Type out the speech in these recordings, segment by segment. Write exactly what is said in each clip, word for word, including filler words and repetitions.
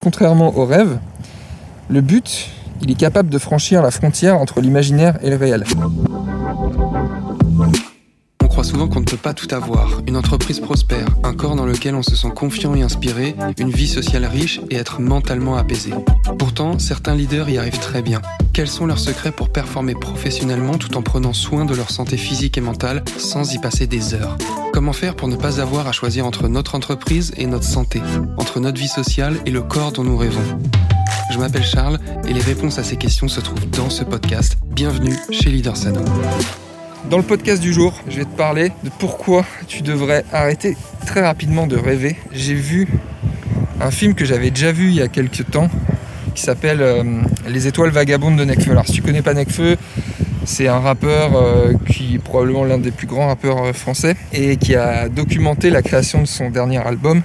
contrairement au rêve, le but, il est capable de franchir la frontière entre l'imaginaire et le réel. On croit souvent qu'on ne peut pas tout avoir. Une entreprise prospère, un corps dans lequel on se sent confiant et inspiré, une vie sociale riche et être mentalement apaisé. Pourtant, certains leaders y arrivent très bien. Quels sont leurs secrets pour performer professionnellement tout en prenant soin de leur santé physique et mentale sans y passer des heures ? Comment faire pour ne pas avoir à choisir entre notre entreprise et notre santé, entre notre vie sociale et le corps dont nous rêvons ? Je m'appelle Charles et les réponses à ces questions se trouvent dans ce podcast. Bienvenue chez Leader Sano. Dans le podcast du jour, je vais te parler de pourquoi tu devrais arrêter très rapidement de rêver. J'ai vu un film que j'avais déjà vu il y a quelques temps qui s'appelle euh, Les étoiles vagabondes de Nekfeu. Alors si tu connais pas Nekfeu, c'est un rappeur euh, qui est probablement l'un des plus grands rappeurs euh, français et qui a documenté la création de son dernier album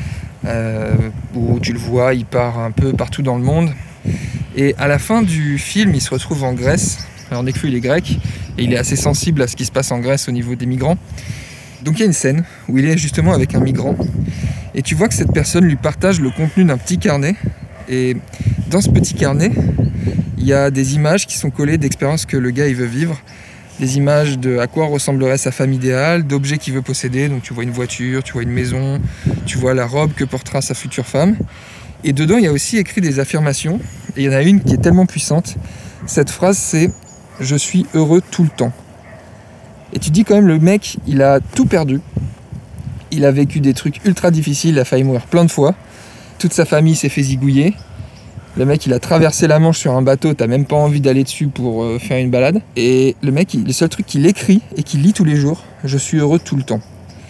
euh, où tu le vois, il part un peu partout dans le monde. Et à la fin du film, il se retrouve en Grèce. Alors Nekfeu, il est grec et il est assez sensible à ce qui se passe en Grèce au niveau des migrants. Donc il y a une scène où il est justement avec un migrant et tu vois que cette personne lui partage le contenu d'un petit carnet. Et dans ce petit carnet, il y a des images qui sont collées d'expériences que le gars il veut vivre, des images de à quoi ressemblerait sa femme idéale, d'objets qu'il veut posséder. Donc tu vois une voiture, tu vois une maison, tu vois la robe que portera sa future femme. Et dedans, il y a aussi écrit des affirmations. Et il y en a une qui est tellement puissante. Cette phrase, c'est « Je suis heureux tout le temps ». Et tu dis quand même, le mec, il a tout perdu. Il a vécu des trucs ultra difficiles, il a failli mourir plein de fois. Toute sa famille s'est fait zigouiller. Le mec, il a traversé la Manche sur un bateau, t'as même pas envie d'aller dessus pour euh, faire une balade. Et le mec, il, le seul truc qu'il écrit et qu'il lit tous les jours, « Je suis heureux tout le temps ».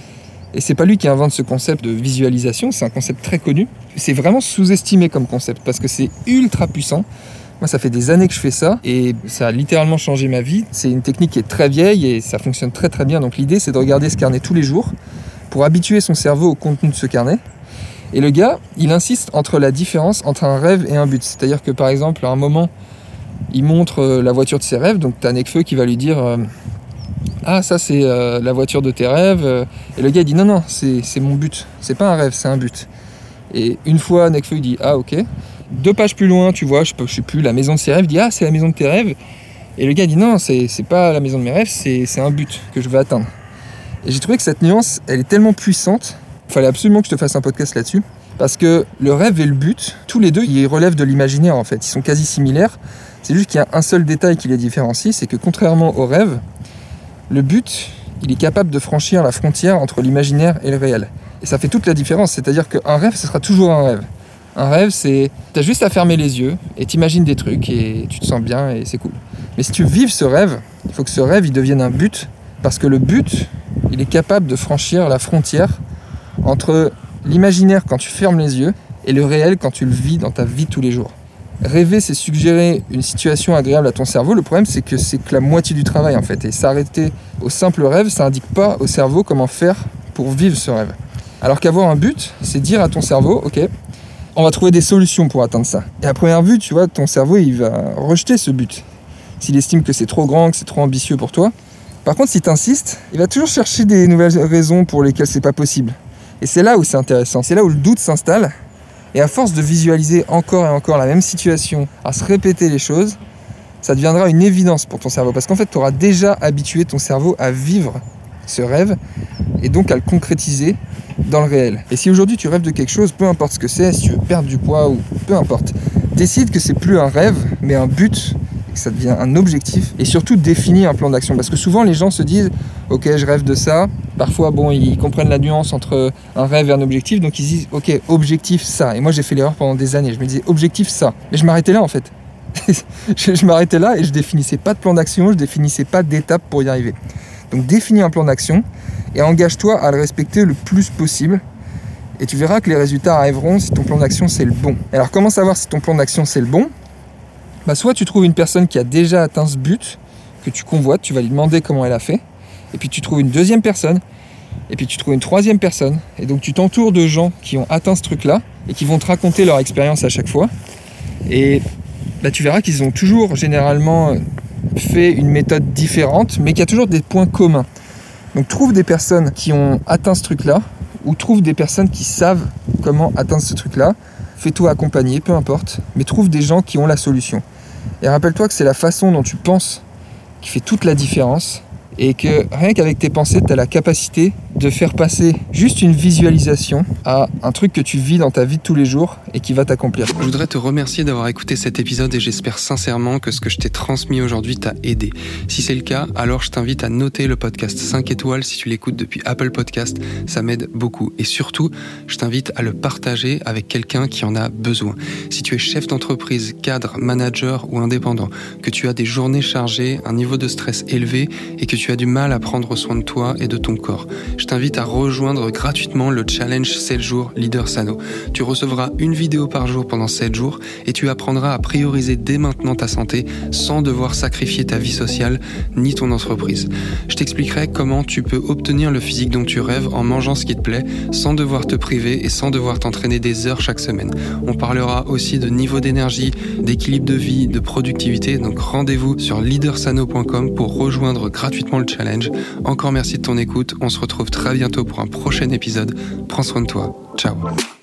Et c'est pas lui qui invente ce concept de visualisation, c'est un concept très connu. C'est vraiment sous-estimé comme concept parce que c'est ultra puissant. Moi, ça fait des années que je fais ça et ça a littéralement changé ma vie. C'est une technique qui est très vieille et ça fonctionne très très bien. Donc l'idée, c'est de regarder ce carnet tous les jours pour habituer son cerveau au contenu de ce carnet. Et le gars, il insiste entre la différence entre un rêve et un but. C'est-à-dire que par exemple, à un moment, il montre la voiture de ses rêves. Donc t'as Nekfeu qui va lui dire euh, « Ah, ça c'est euh, la voiture de tes rêves. » Et le gars il dit « Non, non, c'est, c'est mon but. C'est pas un rêve, c'est un but. » Et une fois, Nekfeu il dit « Ah, ok. » Deux pages plus loin, tu vois, je ne sais plus, la maison de ses rêves, il dit « Ah, c'est la maison de tes rêves. » Et le gars dit « Non, c'est, c'est pas la maison de mes rêves, c'est, c'est un but que je veux atteindre. » Et j'ai trouvé que cette nuance, elle est tellement puissante, il fallait absolument que je te fasse un podcast là-dessus, parce que le rêve et le but, tous les deux, ils relèvent de l'imaginaire en fait, ils sont quasi similaires, c'est juste qu'il y a un seul détail qui les différencie, c'est que contrairement au rêve, le but, il est capable de franchir la frontière entre l'imaginaire et le réel. Et ça fait toute la différence, c'est-à-dire qu'un rêve, ce sera toujours un rêve. Un rêve, c'est... T'as juste à fermer les yeux et t'imagines des trucs et tu te sens bien et c'est cool. Mais si tu veux vivre ce rêve, il faut que ce rêve, il devienne un but parce que le but, il est capable de franchir la frontière entre l'imaginaire quand tu fermes les yeux et le réel quand tu le vis dans ta vie de tous les jours. Rêver, c'est suggérer une situation agréable à ton cerveau. Le problème, c'est que c'est que la moitié du travail en fait. Et s'arrêter au simple rêve, ça n'indique pas au cerveau comment faire pour vivre ce rêve. Alors qu'avoir un but, c'est dire à ton cerveau, ok, on va trouver des solutions pour atteindre ça. Et à première vue, tu vois, ton cerveau, il va rejeter ce but. S'il estime que c'est trop grand, que c'est trop ambitieux pour toi. Par contre, si tu insistes, il va toujours chercher des nouvelles raisons pour lesquelles c'est pas possible. Et c'est là où c'est intéressant. C'est là où le doute s'installe. Et à force de visualiser encore et encore la même situation, à se répéter les choses, ça deviendra une évidence pour ton cerveau. Parce qu'en fait, tu auras déjà habitué ton cerveau à vivre ce rêve et donc à le concrétiser dans le réel. Et si aujourd'hui tu rêves de quelque chose, peu importe ce que c'est, si tu veux perdre du poids ou peu importe, décide que c'est plus un rêve, mais un but, que ça devient un objectif, et surtout définis un plan d'action. Parce que souvent les gens se disent « Ok, je rêve de ça », parfois bon, ils comprennent la nuance entre un rêve et un objectif, donc ils disent « Ok, objectif ça ». Et moi j'ai fait l'erreur pendant des années, je me disais « Objectif ça ». Mais je m'arrêtais là en fait. je, je m'arrêtais là et je définissais pas de plan d'action, je définissais pas d'étapes pour y arriver. Donc définis un plan d'action et engage-toi à le respecter le plus possible et tu verras que les résultats arriveront si ton plan d'action c'est le bon. Alors comment savoir si ton plan d'action c'est le bon ? Bah, soit tu trouves une personne qui a déjà atteint ce but que tu convoites, tu vas lui demander comment elle a fait, et puis tu trouves une deuxième personne, et puis tu trouves une troisième personne, et donc tu t'entoures de gens qui ont atteint ce truc-là et qui vont te raconter leur expérience à chaque fois, et bah, tu verras qu'ils ont toujours généralement fait une méthode différente, mais qu'il y a toujours des points communs. Donc trouve des personnes qui ont atteint ce truc-là, ou trouve des personnes qui savent comment atteindre ce truc-là, fais-toi accompagner, peu importe, mais trouve des gens qui ont la solution. Et rappelle-toi que c'est la façon dont tu penses qui fait toute la différence et que rien qu'avec tes pensées, tu as la capacité de faire passer juste une visualisation à un truc que tu vis dans ta vie de tous les jours et qui va t'accomplir. Je voudrais te remercier d'avoir écouté cet épisode et j'espère sincèrement que ce que je t'ai transmis aujourd'hui t'a aidé. Si c'est le cas, alors je t'invite à noter le podcast cinq étoiles si tu l'écoutes depuis Apple Podcast, ça m'aide beaucoup. Et surtout, je t'invite à le partager avec quelqu'un qui en a besoin. Si tu es chef d'entreprise, cadre, manager ou indépendant, que tu as des journées chargées, un niveau de stress élevé et que tu as du mal à prendre soin de toi et de ton corps, je t'invite à rejoindre gratuitement le challenge sept jours Leader Sano. Tu recevras une vidéo par jour pendant sept jours et tu apprendras à prioriser dès maintenant ta santé sans devoir sacrifier ta vie sociale ni ton entreprise. Je t'expliquerai comment tu peux obtenir le physique dont tu rêves en mangeant ce qui te plaît sans devoir te priver et sans devoir t'entraîner des heures chaque semaine. On parlera aussi de niveau d'énergie, d'équilibre de vie, de productivité, donc rendez-vous sur leader sano point com pour rejoindre gratuitement le challenge. Encore merci de ton écoute, on se retrouve très bientôt pour un prochain épisode. Prends soin de toi, ciao.